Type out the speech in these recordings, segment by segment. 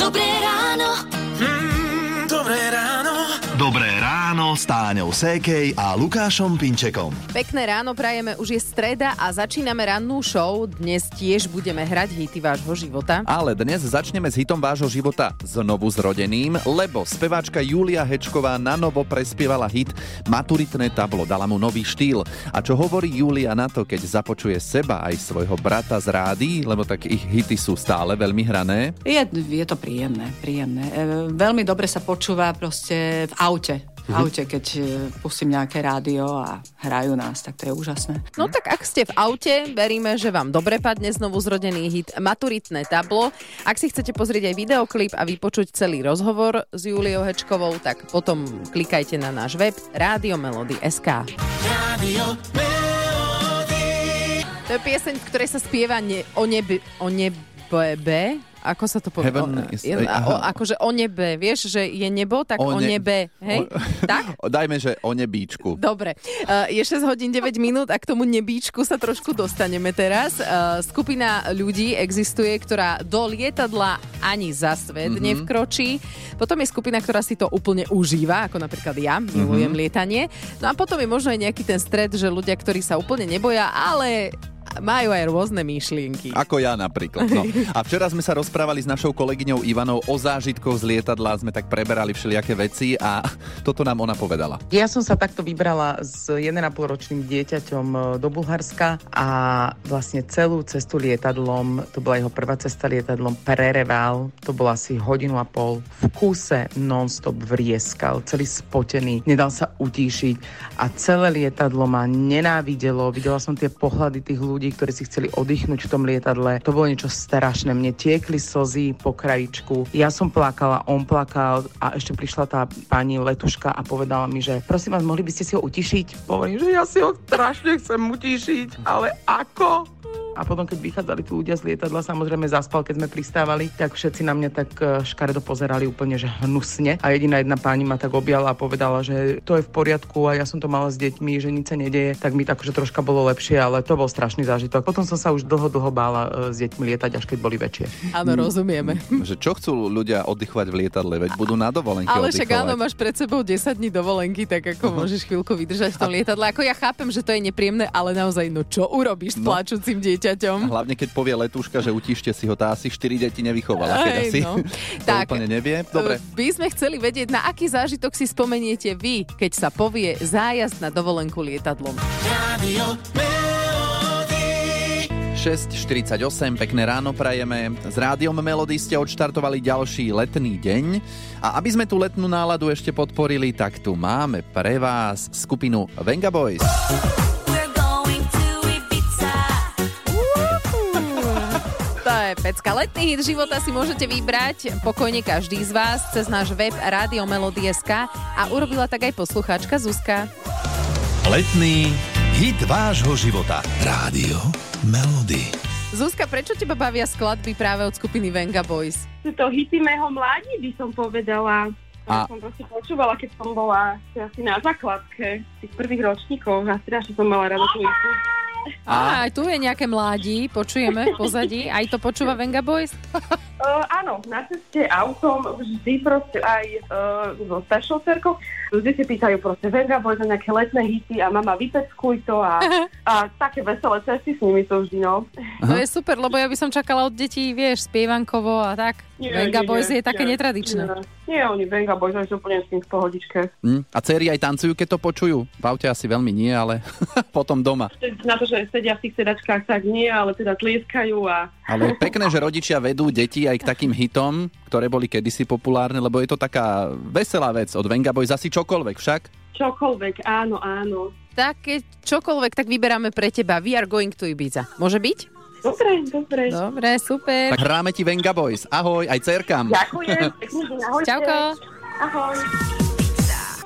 Dobré ráno. Dobré ráno. Dobré ráno s Táňou Sékej a Lukášom Pinčekom. Pekné ráno prajeme, už je streda a začíname rannú show. Dnes tiež budeme hrať hity vášho života. Ale dnes začneme s hitom vášho života znovu zrodeným, lebo speváčka Julia Hečková na novo prespievala hit Maturitné tablo, dala mu nový štýl. A čo hovorí Julia na to, keď započuje seba aj svojho brata z rádií, lebo tak ich hity sú stále veľmi hrané? Je to príjemné. Veľmi dobre sa počúva proste v aute. V aute, keď pustím nejaké rádio a hrajú nás, tak to je úžasné. No tak ak ste v aute, veríme, že vám dobre padne znovu zrodený hit Maturitné tablo. Ak si chcete pozrieť aj videoklip a vypočuť celý rozhovor s Juliou Hečkovou, tak potom klikajte na náš web radiomelody.sk. Radio Melody. To je pieseň, v ktorej sa spieva o nebe. Ako sa to povie? Akože o nebe, vieš, že je nebo, tak o nebe, hej? Tak? Dajme, že o nebíčku. Dobre, je 6 hodín 9 minút a k tomu nebíčku sa trošku dostaneme teraz. Skupina ľudí existuje, ktorá do lietadla ani za svet nevkročí. Potom je skupina, ktorá si to úplne užíva, ako napríklad ja, milujem lietanie. No a potom je možno aj nejaký ten stred, že ľudia, ktorí sa úplne neboja, ale majú aj rôzne myšlienky. Ako ja napríklad. No. A včera sme sa rozprávali s našou kolegyňou Ivanou o zážitkoch z lietadla, sme tak preberali všelijaké veci a toto nám ona povedala. Ja som sa takto vybrala s 1,5-ročným dieťaťom do Bulharska a vlastne celú cestu lietadlom, to bola jeho prvá cesta lietadlom, prereval, to bola asi 1,5 hodiny, v kúse non-stop vrieskal, celý spotený, nedal sa utíšiť a celé lietadlo ma nenávidelo, videla som tie pohľady tých ľudí, ktorí si chceli oddychnúť v tom lietadle. To bolo niečo strašné. Mne tiekli slzy po krajičku. Ja som plakala, on plakal a ešte prišla tá pani letuška a povedala mi, že prosím vás, mohli by ste si ho utišiť? Hovorím, že ja si ho strašne chcem utišiť, ale ako? A potom, keď vychádzali tí ľudia z lietadla, samozrejme zaspal, keď sme pristávali, tak všetci na mňa tak škaredo pozerali úplne, že hnusne. A jediná jedna pani ma tak objala a povedala, že to je v poriadku a ja som to mala s deťmi, že nič sa nedeje, tak mi tak, že troška bolo lepšie, ale to bol strašný zážitok. Potom som sa už dlho bála s deťmi lietať, až keď boli väčšie. Áno, rozumieme. Že čo chcú ľudia oddychovať v lietadle, veď budú na dovolenke ale oddychovať. však áno, máš pred sebou 10 dní dovolenky, tak ako môžeš chvíľku vydržať v tom lietadle. Ako ja chápem, že to je nepríjemné, ale naozaj, no čo urobíš s plačúcim dieťaťom? Hlavne keď povie letúška, že utíšte si ho, tá asi 4 deti nevychovala, keď asi to tak, úplne nevie. Dobre. By sme chceli vedieť, na aký zážitok si spomeniete vy, keď sa povie zájazd na dovolenku lietadlom. Radio Melody. 6:48, pekné ráno prajeme. S Rádiom Melody ste odštartovali ďalší letný deň. A aby sme tú letnú náladu ešte podporili, tak tu máme pre vás skupinu Venga Boys. To je pecka. Letný hit života si môžete vybrať pokojne každý z vás cez náš web radiomelody.sk a urobila tak aj poslucháčka Zuzka. Letný hit vášho života. Rádio Melody. Zuzka, prečo teba bavia skladby práve od skupiny Venga Boys? Sú to hity mého mladí, by som povedala. A som proste počúvala, keď som bola asi na základke tých prvých ročníkov a strašne som mala rada tú hity. Aj tu je nejaké mladí, počujeme v pozadí. Aj to počúva Venga Boys? Áno, na ceste autom vždy proste aj so staršou cerkou vždy si pýtajú proste Venga Boys na nejaké letné hity a mama vypeckuj to a také veselé cesty s nimi to vždy, no. To je super, lebo ja by som čakala od detí, vieš, spievankovo a tak. Venga Boys je také netradičné. Nie, oni Venga Boys sú úplne s tým v pohodičke. A dcery aj tancujú, keď to počujú? V aute asi veľmi nie, ale potom doma. Na to, že sedia v tých sedačkách, tak nie, ale teda tlieskajú a... Ale je pekné, že rodičia vedú deti aj k takým hitom, ktoré boli kedysi populárne, lebo je to taká veselá vec od Venga Boys, asi čokoľvek však. Čokoľvek, áno. Tak keď čokoľvek, tak vyberáme pre teba We Are Going to Ibiza. Môže byť? Dobre. Dobre, super. Tak hráme ti Venga Boys. Ahoj, aj dcerkám. Ďakujem. Ahojte. Čauko. Ahoj.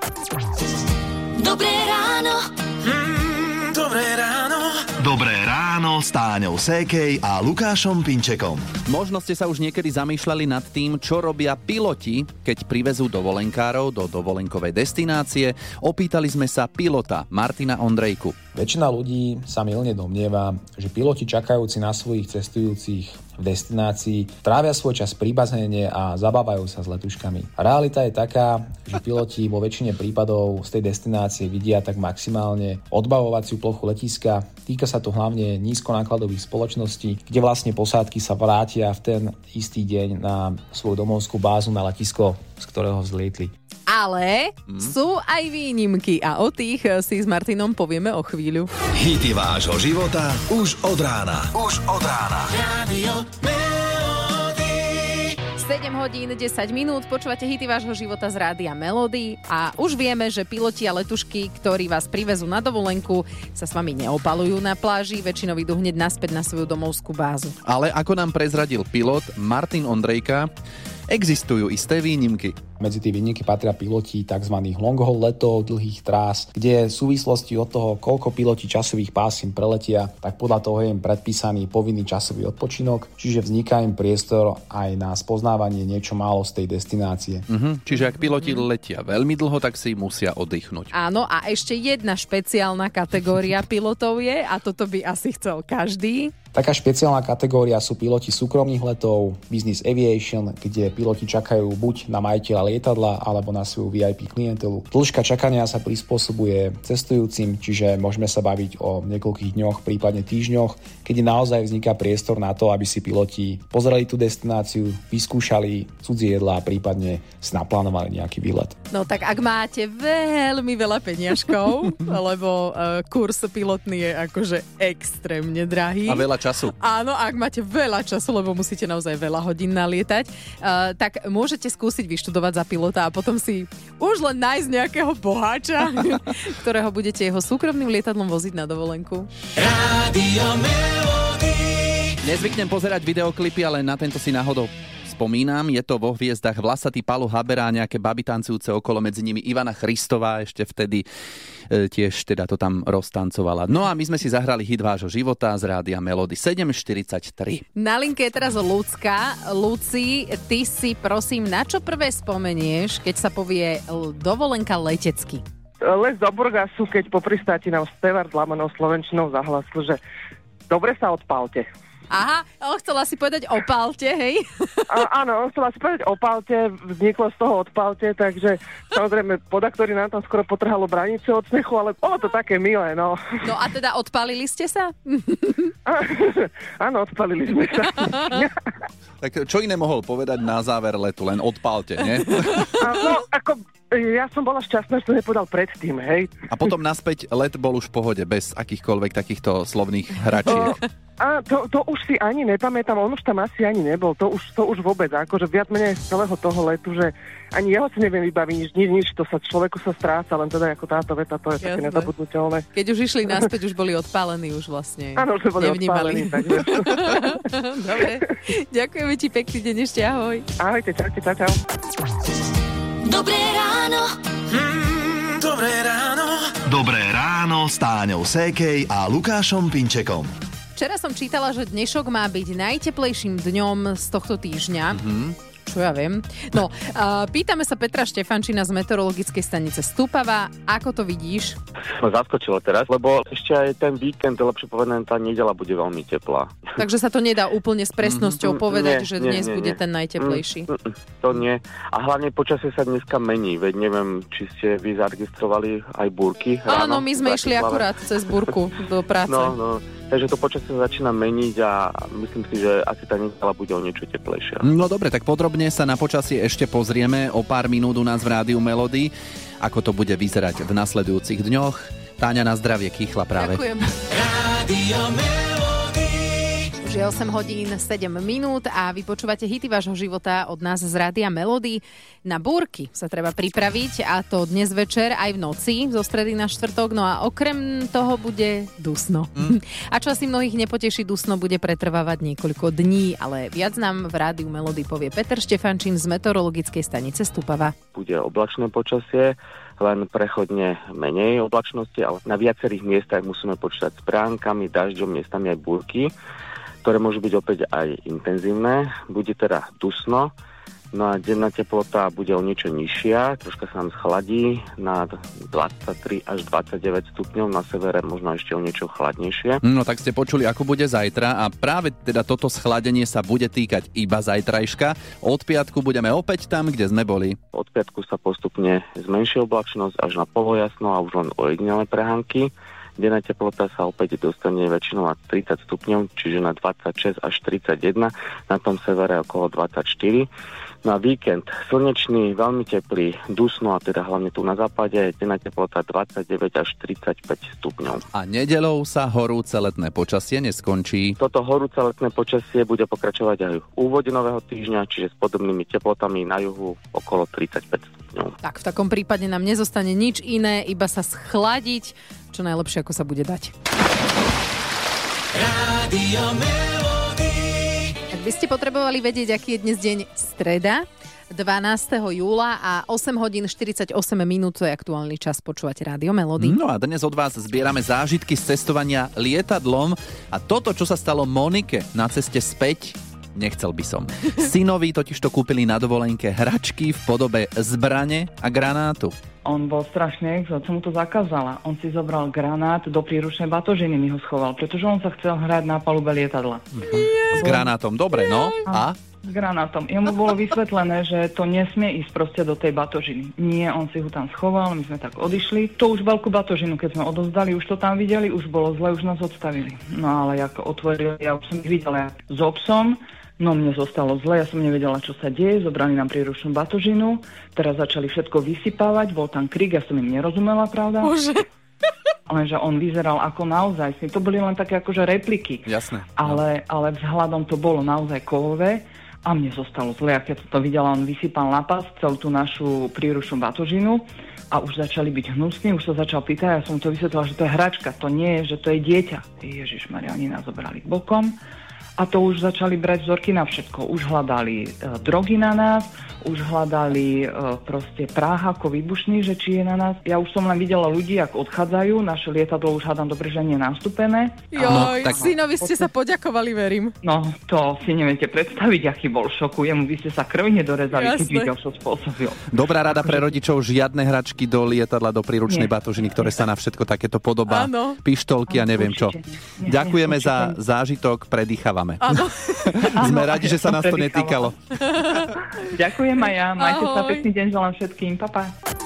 Dobré ráno. Dobré ráno. Dobré ráno ráno s Táňou Sékej a Lukášom Pinčekom. Možno ste sa už niekedy zamýšľali nad tým, čo robia piloti, keď privezú dovolenkárov do dovolenkovej destinácie. Opýtali sme sa pilota Martina Ondrejku. Väčšina ľudí sa mylne domnieva, že piloti čakajúci na svojich cestujúcich v destinácii trávia svoj čas pri bazéne a zabávajú sa s letuškami. Realita je taká, že piloti vo väčšine prípadov z tej destinácie vidia tak maximálne odbavovaciu plochu letiska. Týka sa to hlavne nízkonákladových spoločností, kde vlastne posádky sa vrátia v ten istý deň na svoju domovskú bázu na letisko, z ktorého vzlietli. Ale sú aj výnimky a o tých si s Martinom povieme o chvíľu. Hity vášho života už od rána. Rádio Melody. 7 hodín, 10 minút, počúvate hity vášho života z Rádia Melody a už vieme, že piloti a letušky, ktorí vás privezú na dovolenku, sa s vami neopalujú na pláži, väčšinou idú hneď naspäť na svoju domovskú bázu. Ale ako nám prezradil pilot Martin Ondrejka, existujú isté výnimky. Medzi tie výnimky patria piloti tzv. Long-haul letov, dlhých trás, kde v súvislosti od toho, koľko piloti časových pásiem preletia, tak podľa toho je im predpísaný povinný časový odpočinok, čiže vzniká im priestor aj na spoznávanie niečo málo z tej destinácie. Čiže ak piloti letia veľmi dlho, tak si musia oddychnúť. Áno, a ešte jedna špeciálna kategória pilotov je, a toto by asi chcel každý. Taká špeciálna kategória sú piloti súkromných letov, business aviation, kde piloti čakajú buď na majiteľa lietadla alebo na svoju VIP klientelu. Dĺžka čakania sa prispôsobuje cestujúcim, čiže môžeme sa baviť o niekoľkých dňoch, prípadne týždňoch, kedy naozaj vzniká priestor na to, aby si piloti pozreli tú destináciu, vyskúšali cudzie jedlá a prípadne si naplánovali nejaký výlet. No tak ak máte veľmi veľa peniažkov, lebo kurz pilotný je akože extrémne drahý. A veľa času. Áno, ak máte veľa času, lebo musíte naozaj veľa hodín nalietať, tak môžete skúsiť vyštudovať za pilota a potom si už len nájsť nejakého boháča, ktorého budete jeho súkromným lietadlom voziť na dovolenku. Rádio Melody. Nezvyknem pozerať videoklipy, ale na tento si náhodou spomínam. Je to vo hviezdach vlasatý Paľo Habera, nejaké baby tancujúce okolo, medzi nimi Ivana Christová, ešte vtedy tiež teda to tam roztancovala. No a my sme si zahrali hit vášho života z Rádia Melody 7:43. Na linke je teraz Lucka. Luci, ty si prosím, na čo prvé spomenieš, keď sa povie dovolenka letecky? Les do Burgasu, keď po pristáti nám spevár s lamanou slovenčinou zahlasil, že dobre sa odpálte. Aha, on chcela si povedať opálte, hej? Áno, on chcela si povedať opálte, vzniklo z toho odpálte, takže samozrejme podaktori nám tam skoro potrhalo branice od smechu, ale bolo to také milé, no. No a teda odpálili ste sa? Áno, odpálili sme sa. Tak čo iné mohol povedať na záver letu? Len odpálte, nie? No, ako ja som bola šťastná, že to nepovedal predtým, hej. A potom naspäť let bol už v pohode, bez akýchkoľvek takýchto slovných hračiek. A to už si ani nepamätám, on už tam asi ani nebol, to už vôbec, akože viac menej z celého toho letu, že ani jeho si neviem vybaviť, nič, to sa človeku sa stráca, len teda ako táto veta, to je také nezabudnutelné. Keď už išli naspäť, už boli odpálení, už vlastne áno, už boli odpálení, takže. Dobre, ďakujeme ti, pekný deň ešte, ahoj. Ahojte, čau. Dobré ráno. Dobré ráno. Dobré ráno s Táňou Sékej a Lukášom Pinčekom. Včera som čítala, že dnešok má byť najteplejším dňom z tohto týždňa. Čo ja viem. No, pýtame sa Petra Štefančina z meteorologickej stanice Stupava. Ako to vidíš? Ma zaskočilo teraz, lebo ešte aj ten víkend, lepšie povedané, tá nedeľa bude veľmi teplá. Takže sa to nedá úplne s presnosťou povedať, že dnes bude ten najteplejší. To nie. A hlavne počasie sa dneska mení, veď neviem, či ste vy zaregistrovali aj búrky ráno. Áno, my sme išli akurát cez búrku do práce. No. Takže to počasie sa začína meniť a myslím si, že asi tá nedeľa bude o niečo teplejšia. No dobre, tak podrobne sa na počasie ešte pozrieme o pár minút u nás v Rádiu Melody, ako to bude vyzerať v nasledujúcich dňoch. Táňa, na zdravie, kýchla práve. Ďakujem. Rádio Melody. Už Už je 8 hodín 7 minút a vy počúvate hity vášho života od nás z Rádia Melody. Na búrky sa treba pripraviť a to dnes večer aj v noci zo stredy na štvrtok. No a okrem toho bude dusno. A čo asi mnohých nepoteší, dusno bude pretrvávať niekoľko dní, ale viac nám v Rádiu Melody povie Peter Štefančín z meteorologickej stanice Stupava. Bude oblačné počasie, len prechodne menej oblačnosti, ale na viacerých miestach musíme počítať s bránkami, dažďom, miestami aj búrky, ktoré môžu byť opäť aj intenzívne. Bude teda dusno, no a denná teplota bude o niečo nižšia, troška sa nám schladí na 23 až 29 stupňov, na severe možno ešte o niečo chladnejšie. No tak ste počuli, ako bude zajtra a práve teda toto schladenie sa bude týkať iba zajtrajška. Od piatku budeme opäť tam, kde sme boli. Od piatku sa postupne zmenší oblačnosť až na polojasno a už len ojedinelé prehánky. Denná teplota sa opäť dostane väčšinou na 30 stupňov, čiže na 26 až 31, na tom severe okolo 24. Na víkend slnečný, veľmi teplý, dusno a teda hlavne tu na západe, denná teplota 29 až 35 stupňov. A nedeľou sa horúce letné počasie neskončí. Toto horúce letné počasie bude pokračovať aj v úvode nového týždňa, čiže s podobnými teplotami na juhu okolo 35 stupňov. Tak v takom prípade nám nezostane nič iné, iba sa schladiť, čo najlepšie, ako sa bude dať. Rádio Melody. Ak by ste potrebovali vedieť, aký je dnes deň, streda, 12. júla a 8 hodín 48 minút, to je aktuálny čas, počúvate Rádio Melody. No a dnes od vás zbierame zážitky z cestovania lietadlom a toto, čo sa stalo Monike na ceste späť, nechcel by som. Synovi totižto kúpili na dovolenke hračky v podobe zbrane a granátu. On bol strašne exot, som mu to zakázala. On si zobral granát do príručnej batožiny, mi ho schoval, pretože on sa chcel hrať na palube lietadla. S granátom, dobre, no. A? S granátom. Jemu bolo vysvetlené, že to nesmie ísť proste do tej batožiny. Nie, on si ho tam schoval, my sme tak odišli. To už veľkú batožinu, keď sme odovzdali, už to tam videli, už bolo zle, už nás odstavili. No ale ako otvorili, ja už som ich videla s obsom. No mne zostalo zle, ja som nevedela, čo sa deje, zobrali nám príručnú batožinu, teraz začali všetko vysypávať, bol tam krik, ja som im nerozumela, pravda? Bože. Lenže on vyzeral ako naozaj, to boli len také akože repliky. Jasné. Ale vzhľadom to bolo naozaj kovové a mne zostalo zle, a keď som to videla, on vysypal na pás celú tú našu príručnú batožinu a už začali byť hnusní, už sa začal pýtať, ja som to vysvetlila, že to je hračka, to nie je, že to je dieťa. Ježišmaria, oni nás zobrali bokom. A to už začali brať vzorky na všetko. Už hľadali drogy na nás, už hľadali proste práh ako výbušný, že či je na nás. Ja už som len videla ľudí, ako odchádzajú. Naše lietadlo už hádam dobre, že nie je nastúpené. Joj, tak synovi ste sa poďakovali, verím. No, to si neviete predstaviť, aký bol šoku. Jemu by ste sa krv nedorezali, keď videl, čo spôsobil. Dobrá rada pre rodičov, žiadne hračky do lietadla, do príručnej batožiny, ktoré sa na všetko takéto podobá. Áno. Pištolky a neviem čo. Ďakujeme za zážitok, predýchávame. Áno. Sme radi, že sa nás to netýkalo. Ďakujem aj ja. Majte sa, pekný deň želám všetkým. Pa, pa.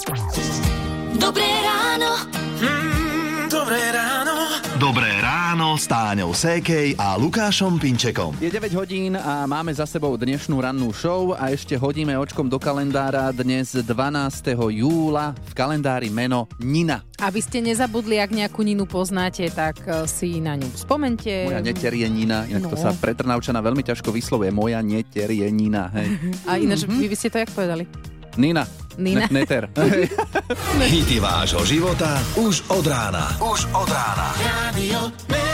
Dobré ráno. Dobré ráno. Dobré ráno s Táňou Sékej a Lukášom Pinčekom. Je 9 hodín a máme za sebou dnešnú rannú show a ešte hodíme očkom do kalendára dnes 12. júla. V kalendári meno Nina. Aby ste nezabudli, ak nejakú Ninu poznáte, tak si na ňu spomente. Moja neter je Nina, inak to sa pre Trnavčana veľmi ťažko vyslovuje. Moja neter je Nina, hej. A ináč, vy by ste to jak povedali? Nina. Neter. Hity vášho života už od rána. Rádio